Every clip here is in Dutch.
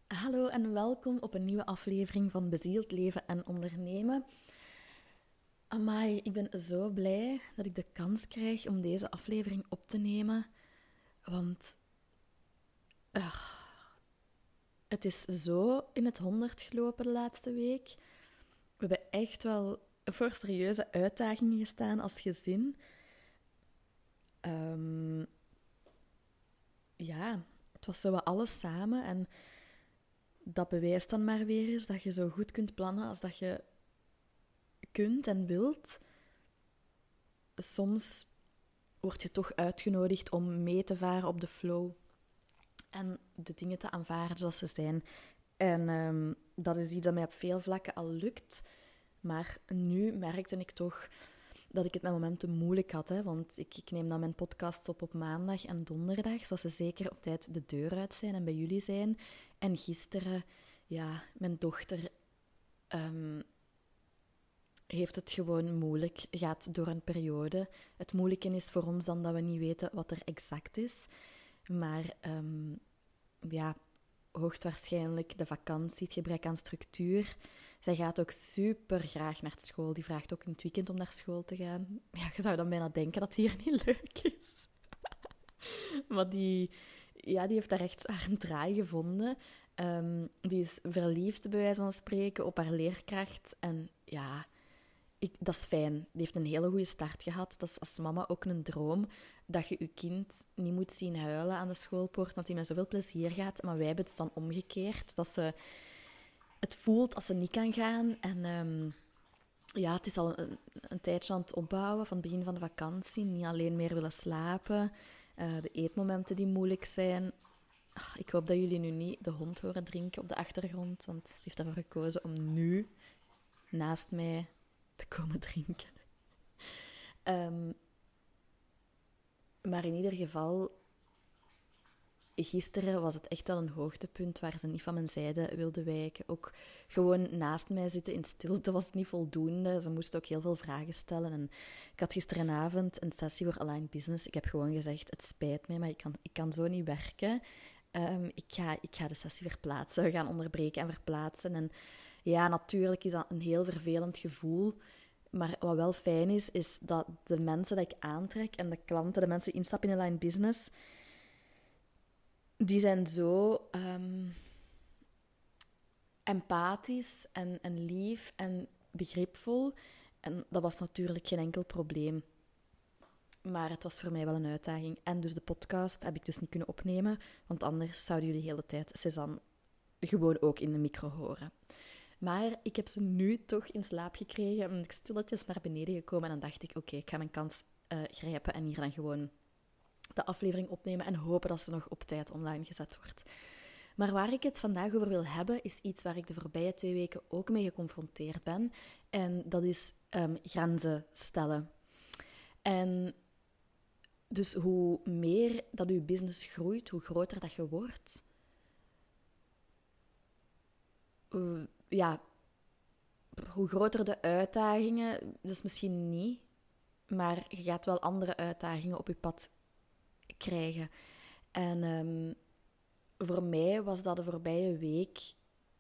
Hallo en welkom op een nieuwe aflevering van Bezield Leven en Ondernemen. Amai, ik ben zo blij dat ik de kans krijg om deze aflevering op te nemen. Want het is zo in het 100 gelopen de laatste week. We hebben echt wel voor serieuze uitdagingen gestaan als gezin. Ehm, ja, het was zo wat alles samen en dat bewijst dan maar weer eens dat je zo goed kunt plannen als dat je kunt en wilt. Soms word je toch uitgenodigd om mee te varen op de flow en de dingen te aanvaarden zoals ze zijn. En dat is iets dat mij op veel vlakken al lukt. Maar nu merkte ik toch dat ik het met momenten moeilijk had. Hè? Want ik neem dan mijn podcasts op maandag en donderdag, zodat ze zeker op tijd de deur uit zijn en bij jullie zijn. En gisteren, ja, mijn dochter heeft het gewoon moeilijk, gaat door een periode. Het moeilijke is voor ons dan dat we niet weten wat er exact is. Maar ja, hoogstwaarschijnlijk de vakantie, het gebrek aan structuur. Zij gaat ook super graag naar school. Die vraagt ook in het weekend om naar school te gaan. Ja, je zou dan bijna denken dat het hier niet leuk is. Maar die heeft daar echt haar draai gevonden. Die is verliefd, bij wijze van spreken, op haar leerkracht. En ja, dat is fijn. Die heeft een hele goede start gehad. Dat is als mama ook een droom. Dat je je kind niet moet zien huilen aan de schoolpoort. Dat hij met zoveel plezier gaat. Maar wij hebben het dan omgekeerd. Dat ze het voelt als ze niet kan gaan. En ja, het is al een tijdje aan het opbouwen. Van het begin van de vakantie. Niet alleen meer willen slapen. De eetmomenten die moeilijk zijn. Ik hoop dat jullie nu niet de hond horen drinken op de achtergrond. Want ze heeft ervoor gekozen om nu naast mij te komen drinken. Um, maar in ieder geval, gisteren was het echt wel een hoogtepunt waar ze niet van mijn zijde wilde wijken. Ook gewoon naast mij zitten in stilte was het niet voldoende. Ze moest ook heel veel vragen stellen. En ik had gisteravond een sessie voor Align Business. Ik heb gewoon gezegd, het spijt mij, maar ik kan zo niet werken. Ik ga de sessie verplaatsen. We gaan onderbreken en verplaatsen. En ja, natuurlijk is dat een heel vervelend gevoel. Maar wat wel fijn is dat de mensen dat ik aantrek en de klanten, de mensen die instappen in Align Business, die zijn zo empathisch en lief en begripvol. En dat was natuurlijk geen enkel probleem. Maar het was voor mij wel een uitdaging. En dus de podcast heb ik dus niet kunnen opnemen, want anders zouden jullie de hele tijd Cézanne gewoon ook in de micro horen. Maar ik heb ze nu toch in slaap gekregen en ben ik stilletjes naar beneden gekomen en dan dacht ik, oké, ik ga mijn kans grijpen en hier dan gewoon de aflevering opnemen en hopen dat ze nog op tijd online gezet wordt. Maar waar ik het vandaag over wil hebben, is iets waar ik de voorbije 2 weken ook mee geconfronteerd ben. En dat is grenzen stellen. En dus hoe meer dat uw business groeit, hoe groter dat je wordt, ja, hoe groter de uitdagingen, dus misschien niet, maar je gaat wel andere uitdagingen op je pad krijgen. En voor mij was dat de voorbije week,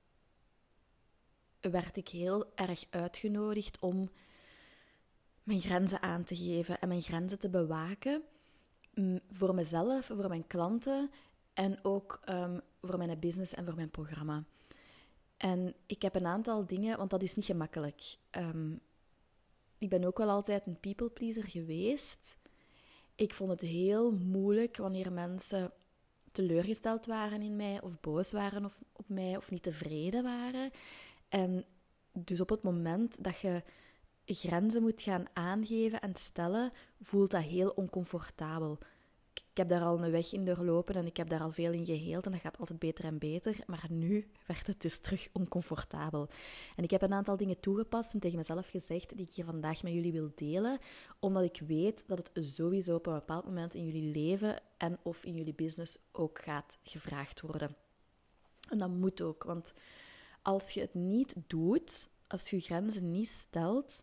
werd ik heel erg uitgenodigd om mijn grenzen aan te geven en mijn grenzen te bewaken. Voor mezelf, voor mijn klanten en ook voor mijn business en voor mijn programma. En ik heb een aantal dingen, want dat is niet gemakkelijk. Ik ben ook wel altijd een people pleaser geweest. Ik vond het heel moeilijk wanneer mensen teleurgesteld waren in mij of boos waren op mij of niet tevreden waren. En dus op het moment dat je grenzen moet gaan aangeven en stellen, voelt dat heel oncomfortabel. Ik heb daar al een weg in doorlopen en ik heb daar al veel in geheeld en dat gaat altijd beter en beter. Maar nu werd het dus terug oncomfortabel. En ik heb een aantal dingen toegepast en tegen mezelf gezegd die ik hier vandaag met jullie wil delen. Omdat ik weet dat het sowieso op een bepaald moment in jullie leven en of in jullie business ook gaat gevraagd worden. En dat moet ook, want als je het niet doet, als je je grenzen niet stelt,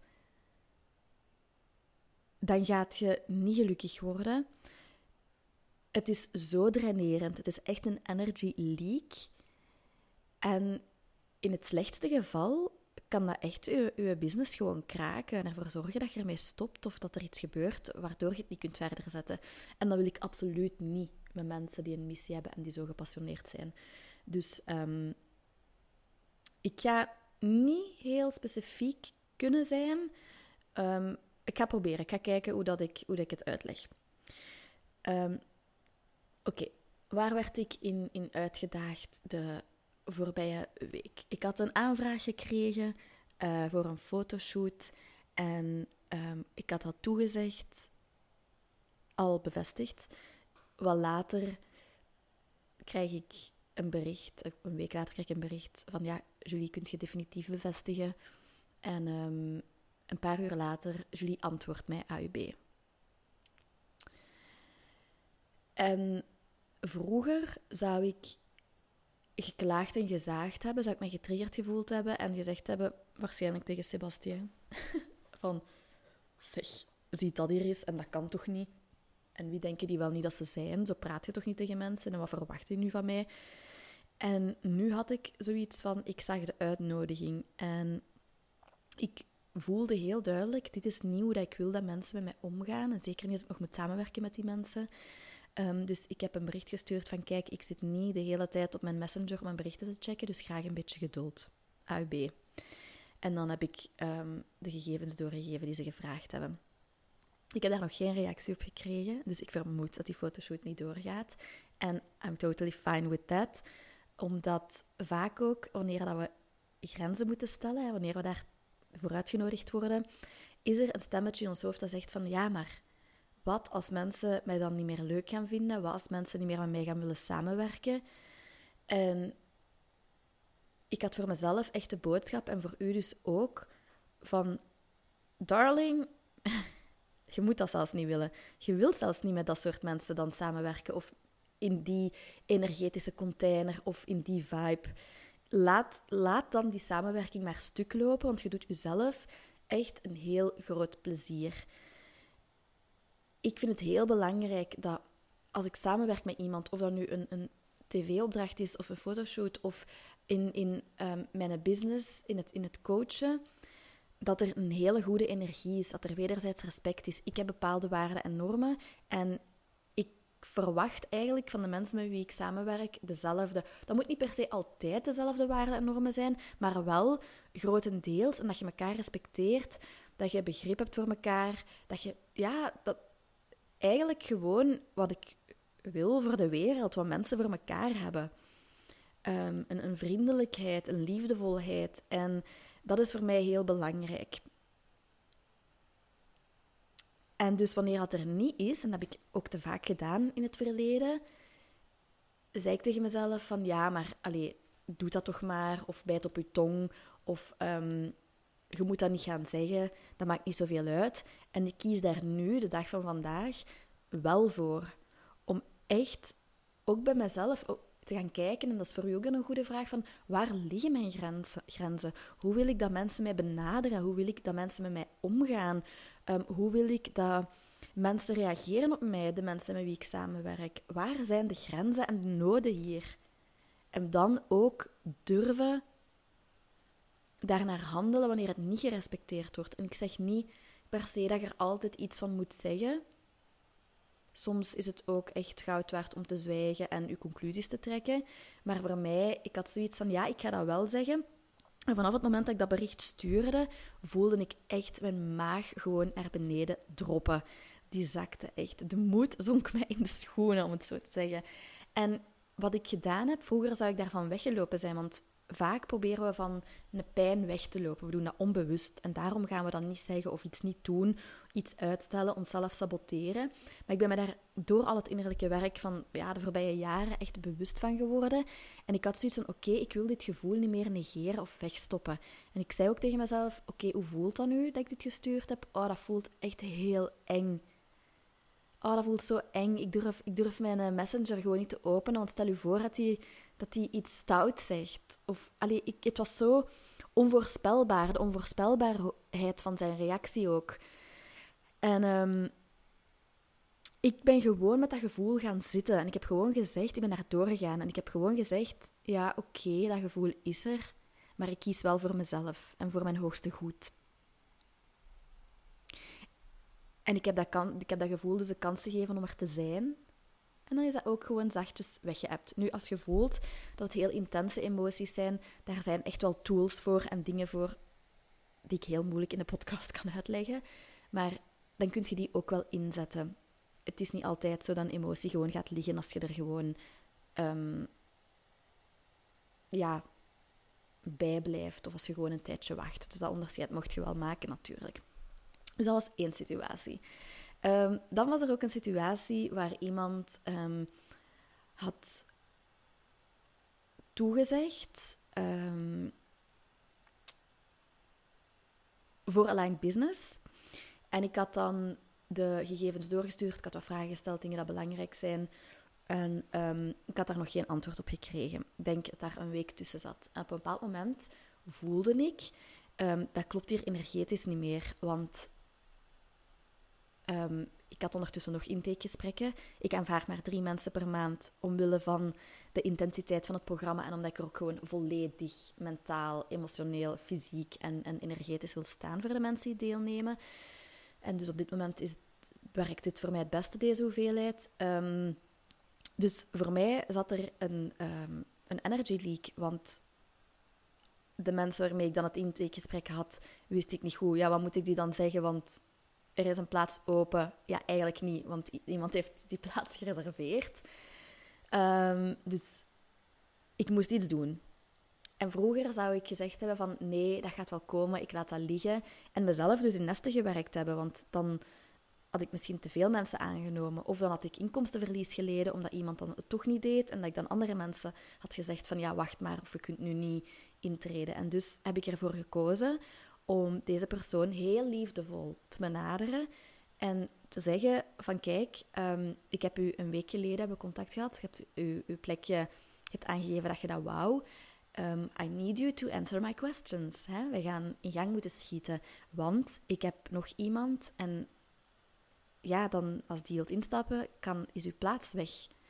dan gaat je niet gelukkig worden. Het is zo drainerend. Het is echt een energy leak. En in het slechtste geval kan dat echt je business gewoon kraken en ervoor zorgen dat je ermee stopt of dat er iets gebeurt waardoor je het niet kunt verder zetten. En dat wil ik absoluut niet met mensen die een missie hebben en die zo gepassioneerd zijn. Dus ik ga niet heel specifiek kunnen zijn. Ik ga proberen. Ik ga kijken hoe dat ik het uitleg. Oké. Waar werd ik in uitgedaagd de voorbije week? Ik had een aanvraag gekregen voor een fotoshoot. En ik had dat toegezegd. Al bevestigd. Wat later krijg ik een bericht. Een week later krijg ik een bericht van... Ja, Julie, kunt je definitief bevestigen. En een paar uur later... Julie antwoordt mij AUB. En vroeger zou ik geklaagd en gezaagd hebben, zou ik me getriggerd gevoeld hebben en gezegd hebben, waarschijnlijk tegen Sebastien, van, zeg, ziet dat hier eens en dat kan toch niet? En wie denken die wel niet dat ze zijn? Zo praat je toch niet tegen mensen? En wat verwacht je nu van mij? En nu had ik zoiets van, ik zag de uitnodiging en ik voelde heel duidelijk, dit is niet hoe dat ik wil dat mensen met mij omgaan. En zeker niet als ik nog moet samenwerken met die mensen. Dus ik heb een bericht gestuurd van, kijk, ik zit niet de hele tijd op mijn messenger om mijn berichten te checken, dus graag een beetje geduld. AUB. En dan heb ik de gegevens doorgegeven die ze gevraagd hebben. Ik heb daar nog geen reactie op gekregen, dus ik vermoed dat die fotoshoot niet doorgaat. En I'm totally fine with that. Omdat vaak ook, wanneer dat we grenzen moeten stellen, wanneer we daar voor uitgenodigd worden, is er een stemmetje in ons hoofd dat zegt van, ja, maar wat als mensen mij dan niet meer leuk gaan vinden? Wat als mensen niet meer met mij gaan willen samenwerken? En ik had voor mezelf echt de boodschap, en voor u dus ook, van, darling, je moet dat zelfs niet willen. Je wilt zelfs niet met dat soort mensen dan samenwerken, of in die energetische container, of in die vibe. Laat dan die samenwerking maar stuk lopen, want je doet jezelf echt een heel groot plezier. Ik vind het heel belangrijk dat als ik samenwerk met iemand, of dat nu een tv-opdracht is of een fotoshoot of in mijn business, in het coachen, dat er een hele goede energie is, dat er wederzijds respect is. Ik heb bepaalde waarden en normen en ik verwacht eigenlijk van de mensen met wie ik samenwerk dezelfde. Dat moet niet per se altijd dezelfde waarden en normen zijn, maar wel grotendeels, en dat je elkaar respecteert, dat je begrip hebt voor elkaar, dat je, eigenlijk gewoon wat ik wil voor de wereld, wat mensen voor elkaar hebben. Een vriendelijkheid, een liefdevolheid. En dat is voor mij heel belangrijk. En dus wanneer dat er niet is, en dat heb ik ook te vaak gedaan in het verleden, zei ik tegen mezelf van, ja, maar doe dat toch maar, of bijt op je tong, of je moet dat niet gaan zeggen, dat maakt niet zoveel uit. En ik kies daar nu, de dag van vandaag, wel voor. Om echt, ook bij mezelf, te gaan kijken, en dat is voor u ook een goede vraag, van waar liggen mijn grenzen? Hoe wil ik dat mensen mij benaderen? Hoe wil ik dat mensen met mij omgaan? Hoe wil ik dat mensen reageren op mij, de mensen met wie ik samenwerk? Waar zijn de grenzen en de noden hier? En dan ook durven daarnaar handelen wanneer het niet gerespecteerd wordt. En ik zeg niet per se dat je er altijd iets van moet zeggen. Soms is het ook echt goud waard om te zwijgen en je conclusies te trekken. Maar voor mij, ik had zoiets van, ja, ik ga dat wel zeggen. En vanaf het moment dat ik dat bericht stuurde, voelde ik echt mijn maag gewoon naar beneden droppen. Die zakte echt. De moed zonk mij in de schoenen, om het zo te zeggen. En wat ik gedaan heb, vroeger zou ik daarvan weggelopen zijn, want vaak proberen we van een pijn weg te lopen. We doen dat onbewust. En daarom gaan we dan niet zeggen of iets niet doen, iets uitstellen, onszelf saboteren. Maar ik ben me daar door al het innerlijke werk van de voorbije jaren echt bewust van geworden. En ik had zoiets van, oké, ik wil dit gevoel niet meer negeren of wegstoppen. En ik zei ook tegen mezelf, oké, hoe voelt dat nu dat ik dit gestuurd heb? Oh, dat voelt echt heel eng. Oh, dat voelt zo eng. Ik durf mijn messenger gewoon niet te openen. Want stel je voor dat hij iets stout zegt. Of, het was zo onvoorspelbaar. De onvoorspelbaarheid van zijn reactie ook. En ik ben gewoon met dat gevoel gaan zitten. En ik heb gewoon gezegd, ik ben daar doorgegaan. En ik heb gewoon gezegd, ja, oké, dat gevoel is er. Maar ik kies wel voor mezelf en voor mijn hoogste goed. En ik heb dat gevoel dus de kans gegeven om er te zijn. En dan is dat ook gewoon zachtjes weggeëpt. Nu, als je voelt dat het heel intense emoties zijn, daar zijn echt wel tools voor en dingen voor die ik heel moeilijk in de podcast kan uitleggen. Maar dan kun je die ook wel inzetten. Het is niet altijd zo dat een emotie gewoon gaat liggen als je er gewoon bij blijft. Of als je gewoon een tijdje wacht. Dus dat onderscheid mocht je wel maken natuurlijk. Dus dat was één situatie. Dan was er ook een situatie waar iemand had toegezegd voor Aligned Business. En ik had dan de gegevens doorgestuurd. Ik had wat vragen gesteld, dingen die belangrijk zijn. En ik had daar nog geen antwoord op gekregen. Ik denk dat daar een week tussen zat. En op een bepaald moment voelde ik, dat klopt hier energetisch niet meer. Want ik had ondertussen nog intakegesprekken. Ik aanvaard maar 3 mensen per maand omwille van de intensiteit van het programma en omdat ik er ook gewoon volledig mentaal, emotioneel, fysiek en energetisch wil staan voor de mensen die deelnemen. En dus op dit moment werkt dit voor mij het beste, deze hoeveelheid. Dus voor mij zat er een energy leak, want de mensen waarmee ik dan het intakegesprek had, wist ik niet goed. Ja, wat moet ik die dan zeggen, want er is een plaats open. Ja, eigenlijk niet, want iemand heeft die plaats gereserveerd. Dus ik moest iets doen. En vroeger zou ik gezegd hebben van nee, dat gaat wel komen, ik laat dat liggen. En mezelf dus in nesten gewerkt hebben, want dan had ik misschien te veel mensen aangenomen. Of dan had ik inkomstenverlies geleden, omdat iemand dan het toch niet deed. En dat ik dan andere mensen had gezegd van ja, wacht maar, of je kunt nu niet intreden. En dus heb ik ervoor gekozen om deze persoon heel liefdevol te benaderen en te zeggen van kijk, ik heb u een week geleden hebben contact gehad, je hebt uw plekje, je hebt aangegeven dat je dat wou. I need you to answer my questions. Hè? We gaan in gang moeten schieten, want ik heb nog iemand en ja, dan als die wilt instappen, is uw plaats weg.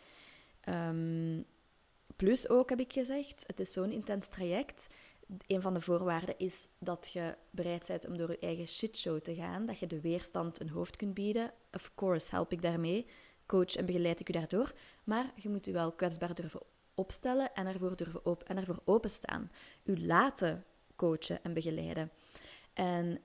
Plus ook heb ik gezegd, het is zo'n intens traject. Een van de voorwaarden is dat je bereid bent om door je eigen shitshow te gaan. Dat je de weerstand een hoofd kunt bieden. Of course, help ik daarmee. Coach en begeleid ik u daardoor. Maar je moet u wel kwetsbaar durven opstellen en ervoor openstaan. U laten coachen en begeleiden. En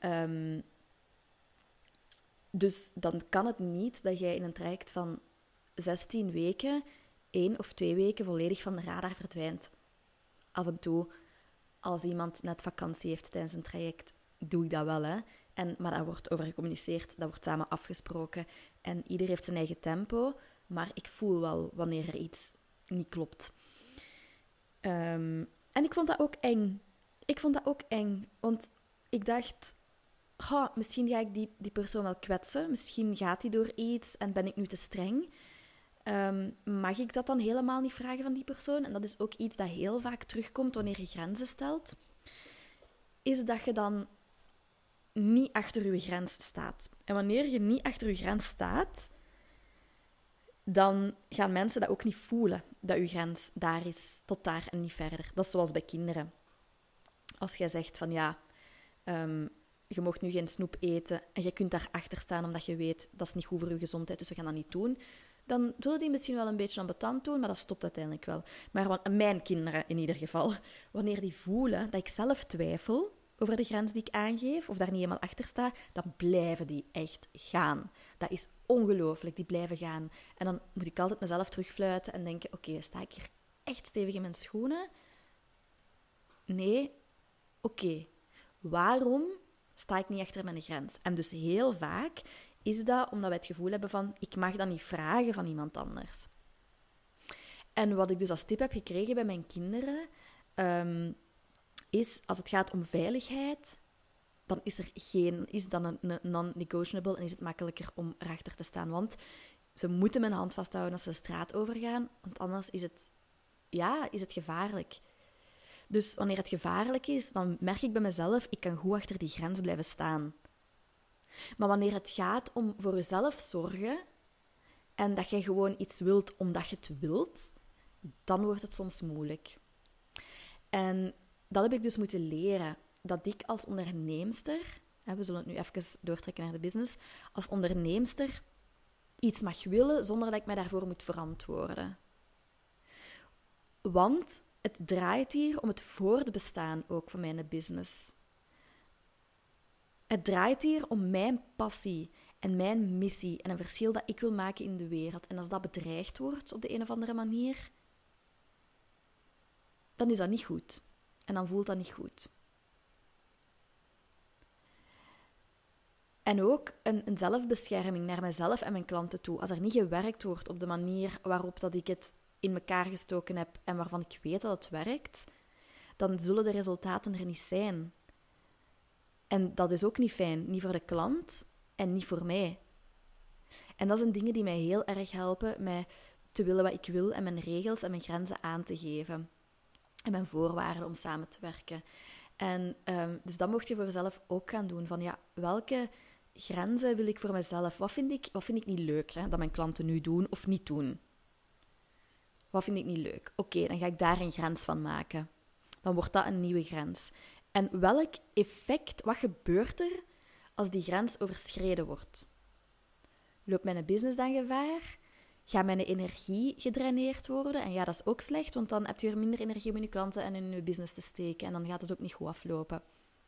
dus dan kan het niet dat jij in een traject van 16 weken 1 of 2 weken volledig van de radar verdwijnt. Af en toe, als iemand net vakantie heeft tijdens een traject, doe ik dat wel, hè. Maar daar wordt over gecommuniceerd, dat wordt samen afgesproken. En ieder heeft zijn eigen tempo, maar ik voel wel wanneer er iets niet klopt. En ik vond dat ook eng. Want ik dacht, misschien ga ik die persoon wel kwetsen. Misschien gaat hij door iets en ben ik nu te streng. Mag ik dat dan helemaal niet vragen van die persoon? En dat is ook iets dat heel vaak terugkomt wanneer je grenzen stelt. Is dat je dan niet achter je grens staat. En wanneer je niet achter je grens staat, dan gaan mensen dat ook niet voelen, dat je grens daar is, tot daar en niet verder. Dat is zoals bij kinderen. Als jij zegt van ja, je mag nu geen snoep eten en je kunt daarachter staan omdat je weet dat is niet goed voor je gezondheid, dus we gaan dat niet doen. Dan zullen die misschien wel een beetje ambetant doen, maar dat stopt uiteindelijk wel. Maar mijn kinderen in ieder geval, wanneer die voelen dat ik zelf twijfel over de grens die ik aangeef, of daar niet helemaal achter sta, dan blijven die echt gaan. Dat is ongelooflijk, die blijven gaan. En dan moet ik altijd mezelf terugfluiten en denken, oké, sta ik hier echt stevig in mijn schoenen? Nee, oké. Waarom sta ik niet achter mijn grens? En dus heel vaak is dat omdat wij het gevoel hebben van, ik mag dat niet vragen van iemand anders. En wat ik dus als tip heb gekregen bij mijn kinderen, is als het gaat om veiligheid, dan is dan een non-negotiable en is het makkelijker om erachter te staan. Want ze moeten mijn hand vasthouden als ze de straat overgaan, want anders is het gevaarlijk. Dus wanneer het gevaarlijk is, dan merk ik bij mezelf, ik kan goed achter die grens blijven staan. Maar wanneer het gaat om voor jezelf zorgen, en dat je gewoon iets wilt omdat je het wilt, dan wordt het soms moeilijk. En dat heb ik dus moeten leren. Dat ik als onderneemster, we zullen het nu even doortrekken naar de business, als onderneemster iets mag willen zonder dat ik mij daarvoor moet verantwoorden. Want het draait hier om het voortbestaan ook van mijn business. Het draait hier om mijn passie en mijn missie en een verschil dat ik wil maken in de wereld. En als dat bedreigd wordt op de een of andere manier, dan is dat niet goed. En dan voelt dat niet goed. En ook een zelfbescherming naar mezelf en mijn klanten toe. Als er niet gewerkt wordt op de manier waarop dat ik het in elkaar gestoken heb en waarvan ik weet dat het werkt, dan zullen de resultaten er niet zijn. En dat is ook niet fijn. Niet voor de klant en niet voor mij. En dat zijn dingen die mij heel erg helpen mij te willen wat ik wil en mijn regels en mijn grenzen aan te geven. En mijn voorwaarden om samen te werken. En dus dat mocht je voor jezelf ook gaan doen. Van ja, welke grenzen wil ik voor mezelf? Wat vind ik niet leuk dat mijn klanten nu doen of niet doen? Wat vind ik niet leuk? Oké, dan ga ik daar een grens van maken. Dan wordt dat een nieuwe grens. En welk effect, wat gebeurt er als die grens overschreden wordt? Loopt mijn business dan gevaar? Gaat mijn energie gedraineerd worden? En ja, dat is ook slecht, want dan heb je weer minder energie om in je klanten en in je business te steken. En dan gaat het ook niet goed aflopen.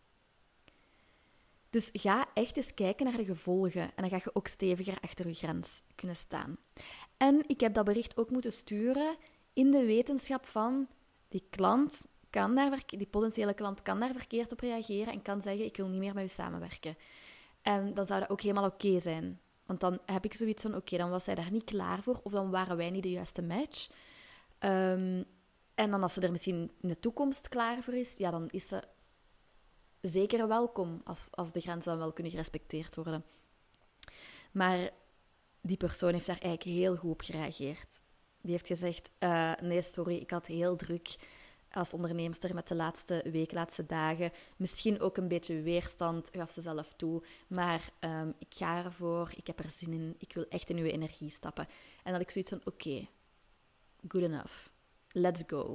Dus ga echt eens kijken naar de gevolgen. En dan ga je ook steviger achter je grens kunnen staan. En ik heb dat bericht ook moeten sturen in de wetenschap van die klant die potentiële klant kan daar verkeerd op reageren en kan zeggen, ik wil niet meer met u samenwerken. En dan zou dat ook helemaal oké zijn. Want dan heb ik zoiets van, oké, dan was zij daar niet klaar voor, of dan waren wij niet de juiste match. En dan als ze er misschien in de toekomst klaar voor is, ja, dan is ze zeker welkom als de grenzen dan wel kunnen gerespecteerd worden. Maar die persoon heeft daar eigenlijk heel goed op gereageerd. Die heeft gezegd, nee, sorry, ik had heel druk als onderneemster met de laatste dagen. Misschien ook een beetje weerstand, gaf ze zelf toe. Maar ik ga ervoor, ik heb er zin in, ik wil echt in uw energie stappen. En dat ik zoiets van, oké, good enough. Let's go.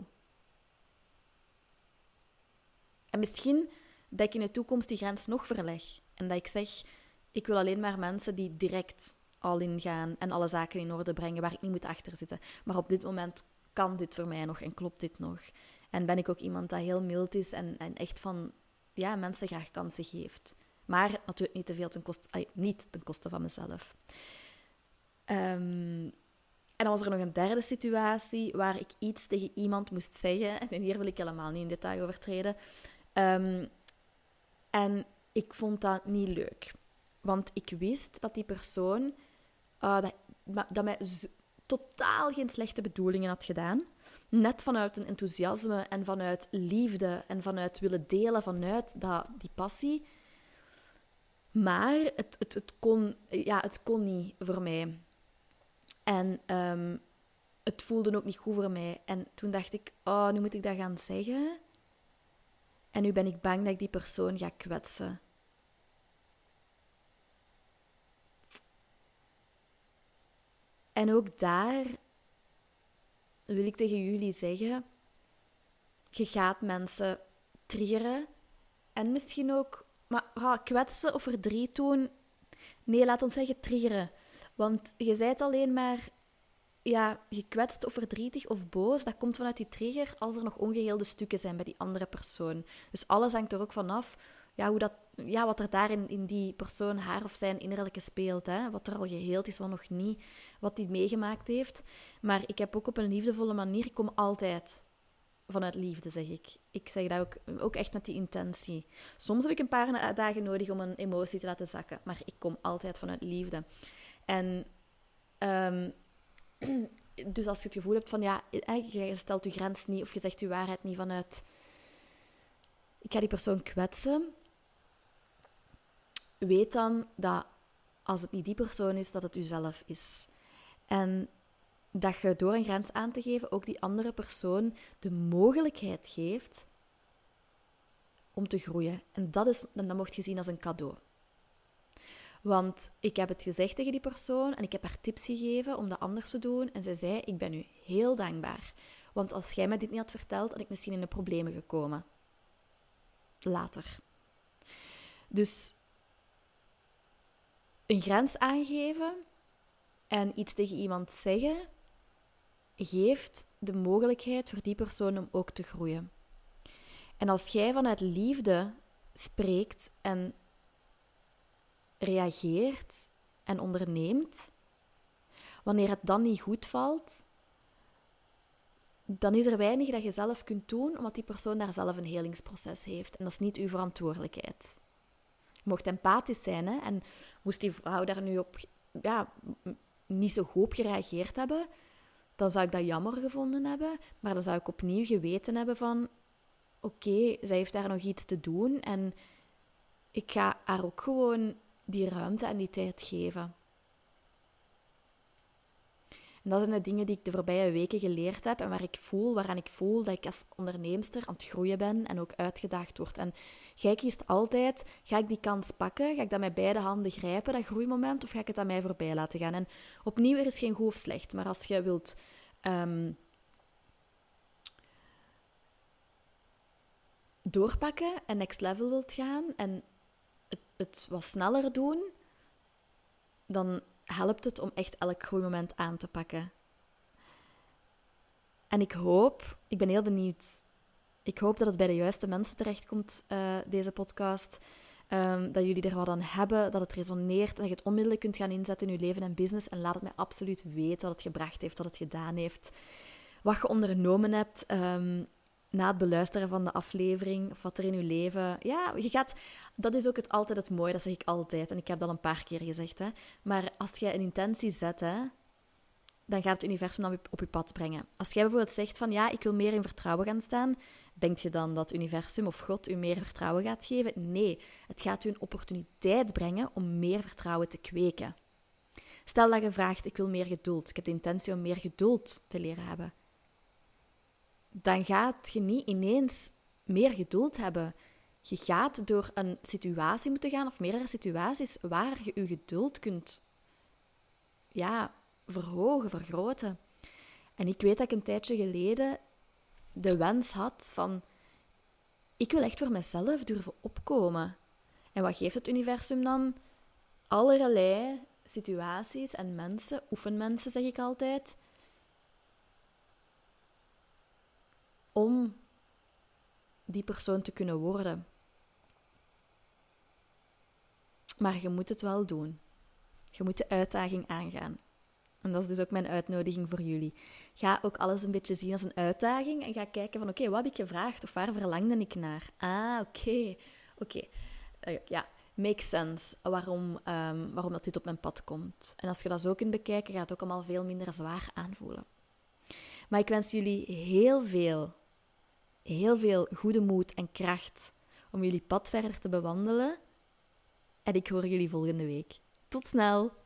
En misschien dat ik in de toekomst die grens nog verleg. En dat ik zeg, ik wil alleen maar mensen die direct all in gaan en alle zaken in orde brengen waar ik niet moet achter zitten. Maar op dit moment kan dit voor mij nog en klopt dit nog. En ben ik ook iemand dat heel mild is en echt van mensen graag kansen geeft. Maar natuurlijk niet te veel niet ten koste van mezelf. En dan was er nog een derde situatie waar ik iets tegen iemand moest zeggen. En hier wil ik helemaal niet in detail over treden. En ik vond dat niet leuk. Want ik wist dat die persoon dat mij totaal geen slechte bedoelingen had gedaan. Net vanuit een enthousiasme en vanuit liefde en vanuit willen delen, vanuit die passie. Maar het kon niet voor mij. En het voelde ook niet goed voor mij. En toen dacht ik, nu moet ik dat gaan zeggen. En nu ben ik bang dat ik die persoon ga kwetsen. En ook daar wil ik tegen jullie zeggen, je gaat mensen triggeren en misschien ook kwetsen of verdriet doen. Nee, laat ons zeggen triggeren. Want je bent alleen maar gekwetst of verdrietig of boos. Dat komt vanuit die trigger als er nog ongeheelde stukken zijn bij die andere persoon. Dus alles hangt er ook vanaf wat er daar in die persoon haar of zijn innerlijke speelt. Hè? Wat er al geheeld is, wat nog niet, wat die meegemaakt heeft. Maar ik heb ook op een liefdevolle manier, ik kom altijd vanuit liefde, zeg ik. Ik zeg dat ook echt met die intentie. Soms heb ik een paar dagen nodig om een emotie te laten zakken, maar ik kom altijd vanuit liefde. En dus als je het gevoel hebt van, je stelt je grens niet of je zegt je waarheid niet vanuit, ik ga die persoon kwetsen, weet dan dat als het niet die persoon is, dat het jezelf is. En dat je door een grens aan te geven ook die andere persoon de mogelijkheid geeft om te groeien. En dat mocht je zien als een cadeau. Want ik heb het gezegd tegen die persoon en ik heb haar tips gegeven om dat anders te doen. En zij zei, ik ben u heel dankbaar. Want als jij me dit niet had verteld, had ik misschien in de problemen gekomen. Later. Dus een grens aangeven en iets tegen iemand zeggen, geeft de mogelijkheid voor die persoon om ook te groeien. En als jij vanuit liefde spreekt en reageert en onderneemt, wanneer het dan niet goed valt, dan is er weinig dat je zelf kunt doen, omdat die persoon daar zelf een helingsproces heeft. En dat is niet uw verantwoordelijkheid. Je mocht empathisch zijn, hè? En moest die vrouw daar nu op niet zo goed op gereageerd hebben, dan zou ik dat jammer gevonden hebben, maar dan zou ik opnieuw geweten hebben van oké, zij heeft daar nog iets te doen en ik ga haar ook gewoon die ruimte en die tijd geven. En dat zijn de dingen die ik de voorbije weken geleerd heb en waaraan ik voel dat ik als onderneemster aan het groeien ben en ook uitgedaagd word. En jij kiest altijd, ga ik die kans pakken? Ga ik dat met beide handen grijpen, dat groeimoment, of ga ik het aan mij voorbij laten gaan? En opnieuw, er is geen goed of slecht, maar als je wilt doorpakken en next level wilt gaan en het wat sneller doen, dan helpt het om echt elk groeimoment aan te pakken. En ik ben heel benieuwd, ik hoop dat het bij de juiste mensen terechtkomt, deze podcast, dat jullie er wat aan hebben, dat het resoneert, dat je het onmiddellijk kunt gaan inzetten in je leven en business en laat het mij absoluut weten wat het gebracht heeft, wat het gedaan heeft, wat je ondernomen hebt, na het beluisteren van de aflevering, of wat er in je leven... Ja, dat is ook altijd het mooie, dat zeg ik altijd. En ik heb dat een paar keer gezegd. Hè. Maar als jij een intentie zet, hè, dan gaat het universum dan op je pad brengen. Als jij bijvoorbeeld zegt van, ja, ik wil meer in vertrouwen gaan staan, denk je dan dat het universum of God u meer vertrouwen gaat geven? Nee, het gaat u een opportuniteit brengen om meer vertrouwen te kweken. Stel dat je vraagt, ik wil meer geduld. Ik heb de intentie om meer geduld te leren hebben. Dan gaat je niet ineens meer geduld hebben. Je gaat door een situatie moeten gaan, of meerdere situaties, waar je je geduld kunt verhogen, vergroten. En ik weet dat ik een tijdje geleden de wens had van, ik wil echt voor mezelf durven opkomen. En wat geeft het universum dan? Allerlei situaties en mensen, oefenmensen zeg ik altijd, om die persoon te kunnen worden. Maar je moet het wel doen. Je moet de uitdaging aangaan. En dat is dus ook mijn uitnodiging voor jullie. Ga ook alles een beetje zien als een uitdaging en ga kijken van oké, wat heb ik gevraagd of waar verlangde ik naar? Oké. Ja, makes sense waarom dat dit op mijn pad komt. En als je dat zo kunt bekijken, gaat het ook allemaal veel minder zwaar aanvoelen. Maar ik wens jullie heel veel goede moed en kracht om jullie pad verder te bewandelen. En ik hoor jullie volgende week. Tot snel!